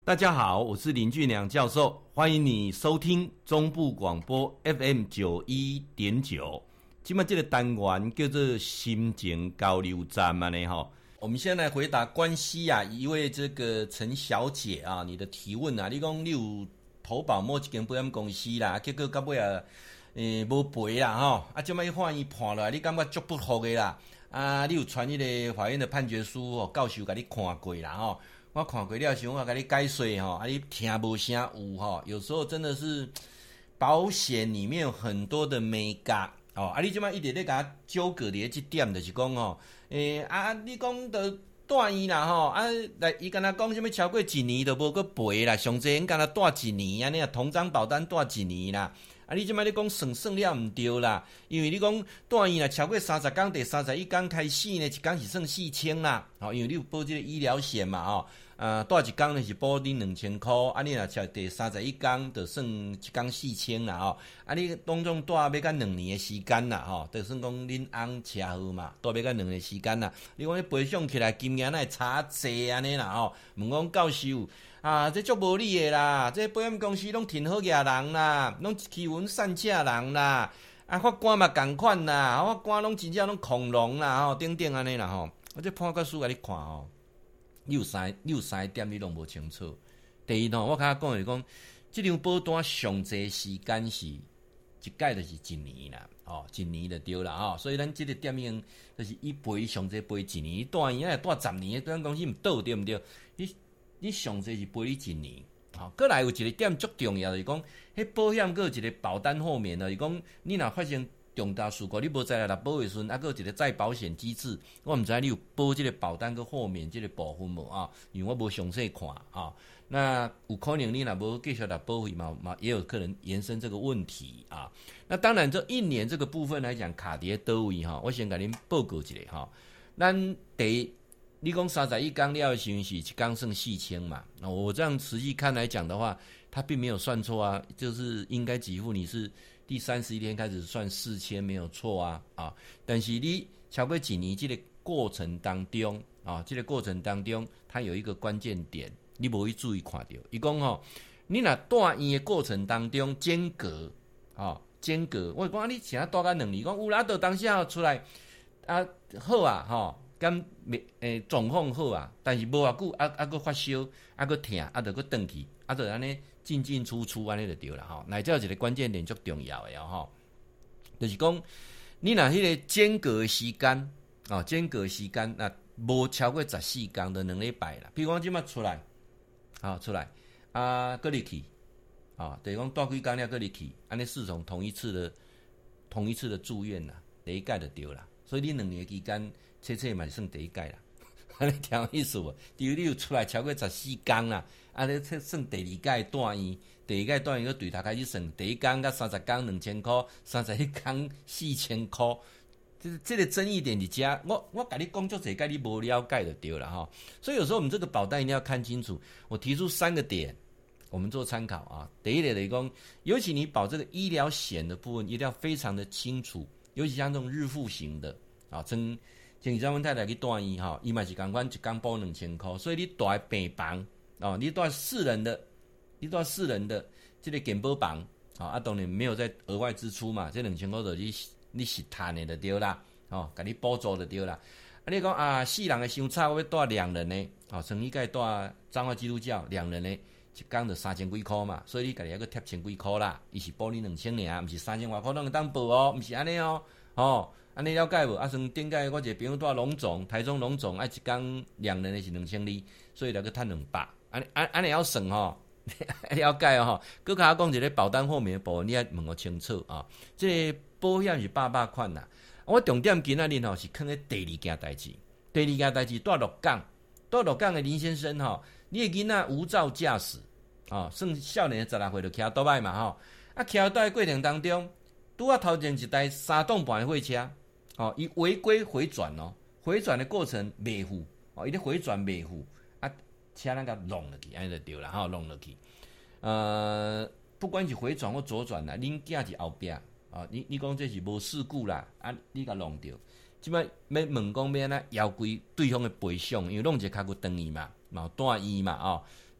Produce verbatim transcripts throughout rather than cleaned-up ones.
大家好，我是林俊良教授，欢迎你收听中部广播 F M 九一点九。今麦这个单元叫做心情交流站嘛呢哈。我们先来回答关系啊，一位这个陈小姐啊，你的提问啊，你讲你有投保某一间保险公司啦，结果到尾啊，诶无赔啦吼，啊，即摆法院判落来，你感觉足不服的啦，啊，你有传迄个法院的判决书哦，教授甲你看过啦吼。我看过了时候，我甲你解说吼，啊，你听无啥有吼，有时候真的是保险里面有很多的美感哦，啊，你即摆一直咧甲我纠葛咧即点，就是讲吼，诶、欸、啊，你讲的断医啦吼，啊，来伊敢若讲什么超过一年都无个赔啦，上济因敢若断一年安尼啊，同章保单断一年啦。啊！你即摆你讲算算了毋对啦，因为你讲断医啦，超过三十天，第三十一天开始呢，一天是算四千啦。哦，因为你有报这个医疗险嘛，哦，啊，断一天呢是报你两千块，啊，你若超第三十一天，就算一天四千啦，哦，啊，你当中断要到两年的时间啦，吼、哦，就算讲恁翁车祸嘛，断要到两年时间啦。你讲你赔偿起来金额那会差济安尼啦，吼，问讲教授。啊，这足无理的啦！这保险公司拢挺好野人啦，拢欺负善假人啦。啊，法官嘛共款啦，法官拢真正拢恐龙啦，吼，等等安尼啦吼。我这判决书甲你看吼，你有三你有三点你拢无清楚。第一吼，我甲讲就是讲，这张保单上济时间是一届就是一年啦，哦，一年就对啦吼。所以咱这个点用就是一赔上济赔一年，断伊那断十年，保险公司毋倒对毋对？你你上济是赔你一年，好、哦，过来有一个点足重要的，就是讲，迄保险佫有一个保单后面的，就是讲，你若发生重大事故，你无知来来保的时阵，啊，佫有一个再保险机制，我毋知你有保这个保单佫后面这个部分无啊？因为我无详细看啊，那有可能你若无继续来保费嘛嘛，也有可能延伸这个问题啊。那当然，这一年这个部分来讲，卡伫倒位哈，我先甲恁报告一下哈，咱第一。你讲三十一天了的时候是一天算四千嘛？那我这样实际看来讲的话，他并没有算错啊，就是应该给付你是第三十一天开始算四千没有错啊啊！但是你超过几年这个过程当中啊，这个过程当中，它有一个关键点，你无去注意看到。伊讲吼，你若断院的过程当中间隔啊，间隔，我讲你现在断到两年，讲有啦，到当下出来啊好啊吼。咁诶状况好啊，但是无偌久啊啊，佫发烧，啊佫疼，啊着佫转去，啊着安尼进进出出安尼就对啦吼。那这一个关键点足重要诶吼，就是讲你若迄个间隔时间哦，间隔时间那无超过十四天的两礼拜啦。比如讲即摆出来，好、哦、出来啊，佫入去，啊、哦，等于讲大几天了佫入去，安尼视同同一次的同一次的住院啦，第一届就对啦。所以你两年期间。切切嘛是算第一届啦，安尼听有意思无？除你有出来超过十四天啦，安尼算算第二届断院，第二届断院个对头开始算，第一天甲三十天两千块，三十一天四千块，这这个争议点伫遮，我我甲你讲足侪，甲你无了解就对了哈。所以有时候我们这个保单一定要看清楚。我提出三个点，我们做参考啊。第一点就是讲，尤其你保这个医疗险的部分，一定要非常的清楚，尤其像这种日付型的啊，称。像张文太太去住院吼，伊嘛是共款一天保两千块，所以你住病房哦，你住四人的，你住四人的这个健保房啊，啊当然没有再额外支出嘛，这两千块就你你是赚的就对啦，哦，给你补助就对啦。啊，你讲啊，四人的相差，我要住两人呢，哦，像你该住彰化基督教两人呢，一天就三千几块嘛，所以你家己还佫贴千几块啦，伊是保你两千尔，毋是三千外块拢会当报哦，毋是安尼哦，哦。安尼了解无？啊，像顶届我一个朋友住龙总，台中龙总，啊一天两人的是两千二，所以来个赚两百。安安安尼要算吼，了解哦吼。佮甲我讲一个保单后面的部分，你要问我清楚啊。这個、保险是百百款啦。我重点今仔日吼是放喺第二件代志。第二件代志住鹿港，住鹿港的林先生吼，你的囡仔无照驾驶啊，算少年十六岁就骑倒摆嘛吼。啊，骑倒摆过程当中，拄啊头前一台三栋半的货车。哦，伊违规回转哦，回转的过程袂付哦，伊咧回转袂付啊，车咱甲弄落去，安尼就对啦，吼，弄落去。呃，不管是回转或左转啦，恁囝是后壁啊，你你讲这是无事故啦，啊，你甲弄着，即摆要问讲要安怎邀规对方的赔偿，因为弄一个脚骨断去嘛，嘛有断医嘛，哦，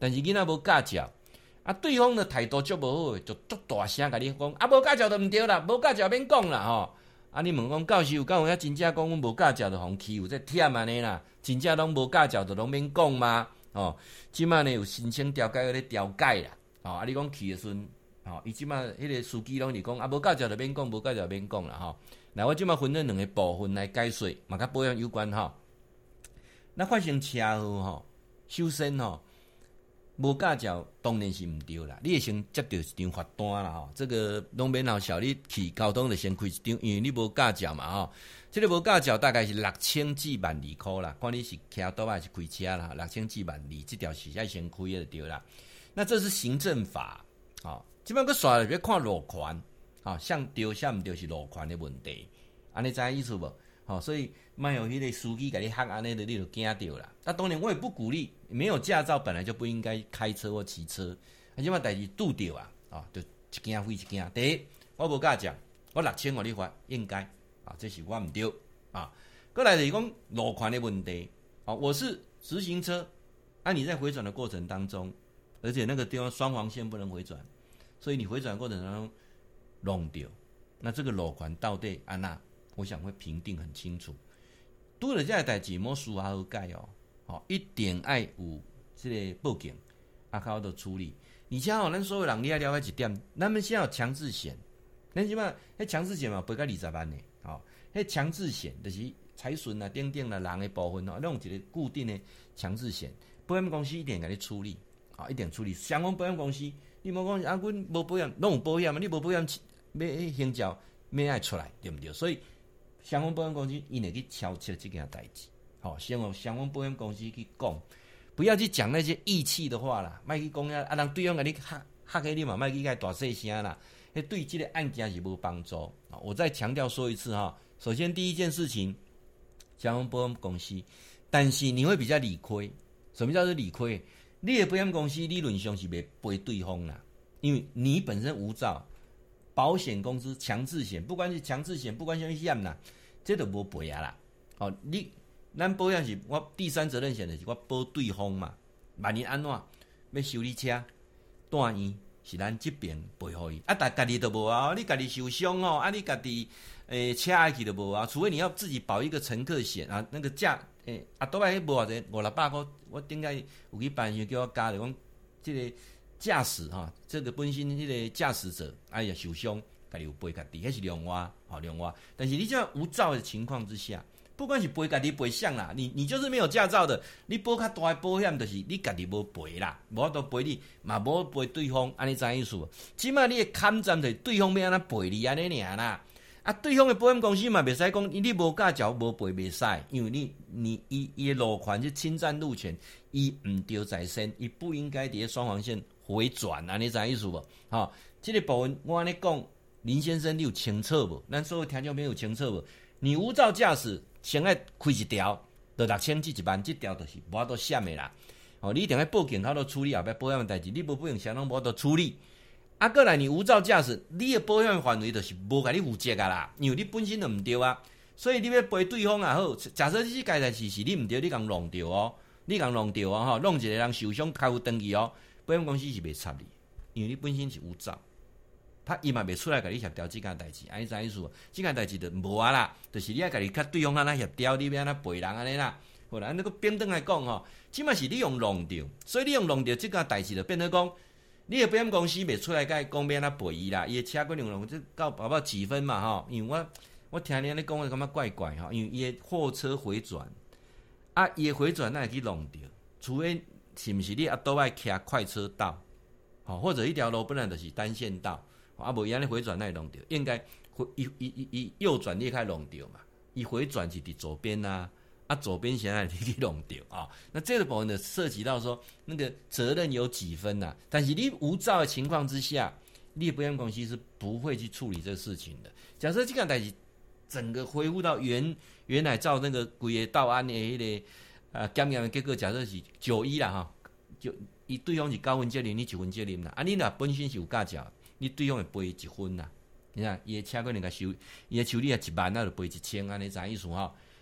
但是囡仔无驾照，啊，对方的态度足无好，就足大声甲你讲，啊，无驾照就毋对啦，无驾照免讲啦吼。啊，你问讲教授，敢有遐真正讲阮无驾照就互欺负，这忝安尼啦，真正拢无驾照就拢免讲吗？哦，即摆呢有申请调解，咧调解啦。哦，啊，你讲去的时阵，哦，伊即摆迄个司机拢是讲，啊，无驾照就免讲，无驾照免讲啦吼。来，我即摆分了两个部分来解说，嘛甲保险有关吼。那发生车祸吼，首先吼，无驾照当然是毋对啦，你会先接到一张罚单啦吼，这个拢免后效，你去交通就先开一张，因为你无驾照嘛吼。这个无驾照大概是六千至万二箍啦，看你是骑倒还是开车啦，六千至万二，这条是要先开的对啦。那这是行政法，吼，即摆佫刷了，别看路权，吼，像对像毋对是路权的问题，安尼知影意思无？吼，所以莫有迄个司机甲你吓安尼的，你就惊着啦。那当然我也不鼓励，没有驾照本来就不应该开车或骑车，啊，即摆代志拄着啊，啊，就一惊非一惊。第一，我无驾照，我六千互你罚，应该啊，这是我毋对啊。过来就是讲路权的问题，啊，我是直行车，啊，你在回转的过程当中，而且那个地方双黄线不能回转，所以你回转的过程当中弄掉，那这个路权到底安那？我想会评定很清楚。拄了这个代志，莫输啊好改哦，吼，一定爱有这个报警，啊，较好的处理。而且吼，咱所有人你要了解一点，咱们现在有强制险，咱即摆迄强制险嘛，赔到二十万呢，吼，迄强制险就是财损啊、等等啦、人的部分吼，那种一个固定的强制险，保险公司一定给你处理，啊，一定处理。相关保险公司，你莫讲啊，阮无保险，拢有保险嘛，你无保险，要行照要爱出来，对毋对？所以相关保险公司伊会去敲切这件代志，好，先由相关保险公司去讲，不要去讲那些义气的话啦，莫去讲啊，啊，人对方甲你吓吓起你嘛，莫去甲大细声啦，迄对这个案件是无帮助。我再强调说一次哈，首先第一件事情，相关保险公司，但是你会比较理亏。什么叫做理亏？你的保险公司理论上是袂赔对方啦，因为你本身无照。保险公司强制险，不管是强制险，不管什么险啦，这都无赔啊啦。哦，你咱保险是我第三责任险的是我保对方嘛。万一安怎要修理车，断院是咱这边赔互伊，啊，但家己都无啊，你家己受伤哦，啊，你家己诶车爱去都无啊，除非你要自己保一个乘客险啊，那个价诶啊，倒来迄无偌济五六百块，我顶下有去办时叫我加的，讲这个。驾驶哈，这个本身迄个驾驶者，哎呀受伤，家己有赔家己，迄是另外，好另外。但是你这样无照的情况之下，不管是赔家己赔啥啦，你你就是没有驾照的，你保较大的保险，就是你家己无赔啦，无法度赔你，嘛无赔对方，安尼知意思？起码你的砍站就是对方要安怎赔你安尼尔啦。啊，对方的保险公司嘛，袂使讲你无驾照无赔袂使，因为你你伊伊的路权是侵占路权，伊毋对在先，伊不应该伫双黄线。回转啊，你知意思无？吼、哦，这个部分我安尼讲，林先生你有清楚无？咱所有听众朋友有清楚无？你无照驾驶，先爱开一条，就六千至一万，这条就是无法度闪的啦。哦，你一定要报警，好度处理后壁保险的代志，你无保险谁拢无法度处理。啊，过来你无照驾驶，你的保险范围就是无甲你负责啊啦，因为你本身就毋对啊，所以你要赔对方也好。假设这个代志是你毋对，你共弄掉哦，你共弄掉哦，吼，弄一个人受伤，开有登记哦。保险公司是袂插你，因为你本身是无照，他伊嘛袂出来甲你协调即件代志，安尼知意思？即件代志就无啊啦，就是你爱甲你甲对方安那协调，你要安那赔人安尼啦。好啦，安尼个平等来讲吼，即码是你用弄掉，所以你用弄掉即件代志就变做讲，你的保险公司袂出来甲伊讲要安那赔伊啦，伊的车可能弄这到包包几分嘛吼？因为我我听你安尼讲，我感觉怪怪吼，因为伊的货车回转，啊，伊的回转那会去弄掉，除非。是毋是你啊？都爱骑快车道，吼，或者一条路本来就是单线道，啊，无伊安尼回转那会弄掉，应该回伊伊伊伊右转你开弄掉嘛，伊回转是伫左边啊，啊左边现在你去弄掉啊，那这个部分呢涉及到说那个责任有几分呐、啊？但是你无照的情况之下，你保险公司是不会去处理这个事情的。假设这个代志整个恢复到原原来照那个规个道安的迄、那个。啊，检验的结果假设是九一啦哈，就伊对方是九分责任，你一分责任啦。啊，你若本身是有驾照，你对方会赔一分啦。你看，伊的车可能甲修，伊的修理啊一万，那就赔一千，安尼啥意思吼？啊，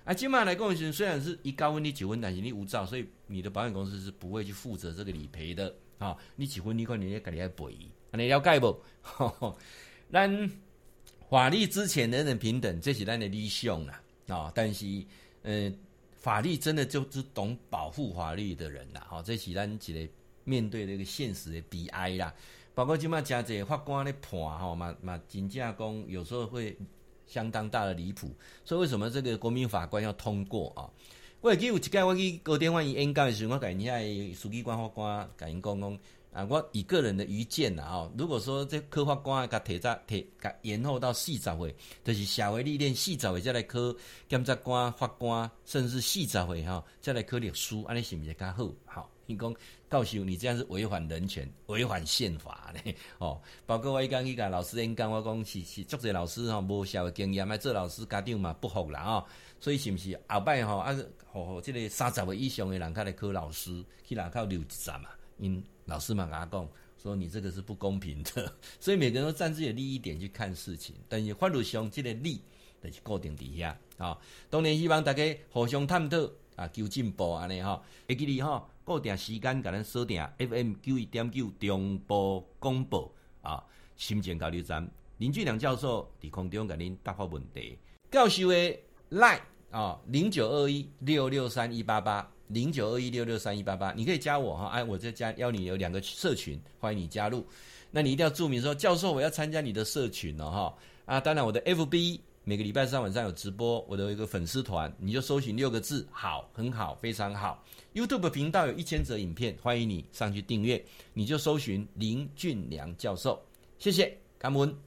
啊，今嘛来讲，虽然是一高分你九分，但是你无照，所以你的保险公司是不会去负责这个理赔的啊、哦。你几分你看你要自己要赔，你了解不？咱法律之前人人平等，这是咱的理想啦啊、哦。但是，呃，法律真的就是懂保护法律的人啦，好、哦，这是咱一个面对这个现实的悲哀啦。包括今嘛真侪法官咧判吼嘛嘛，真正讲有时候会相当大的离谱。所以为什么这个国民法官要通过啊？我会记有一届我去高等法院演讲的时候，我甲因遐书记官法官甲因讲讲啊，我以个人的愚见啦吼，如果说这科法官甲提早提甲延后到四十岁，就是社会历练四十岁再来考检察官、法官，甚至四十岁吼再来考律师，安尼是毋是较好？好，因讲教授，你这样是违反人权、违反宪法呢？哦，包括我迄天去甲老师演讲，我讲是是足侪老师吼无社会经验，啊做老师家长嘛不服啦吼。所以是毋是后摆吼啊，互即个三十岁以上的人较来考老师，去人考留一站嘛？因老师嘛甲我讲说你这个是不公平的，所以每个人都站自己的利益点去看事情，但是法律上这个理就是固定伫遐啊。当然希望大家互相探讨啊，求进步安尼吼。会记哩吼，固定时间甲咱锁定 F M 九一点九中部广播啊，新店交流站林俊良教授伫空中甲恁答复问题。教授的 Line 啊，零九二一六六三一八八，零九二一六六三一八八，你可以加我哈，哎，我在加邀你有两个社群，欢迎你加入。那你一定要注明说，教授我要参加你的社群哦哈啊，当然我的 F B 每个礼拜三晚上有直播，我的有一个粉丝团，你就搜寻六个字，好，很好，非常好。YouTube 频道有一千则影片，欢迎你上去订阅，你就搜寻林俊良教授，谢谢，感恩。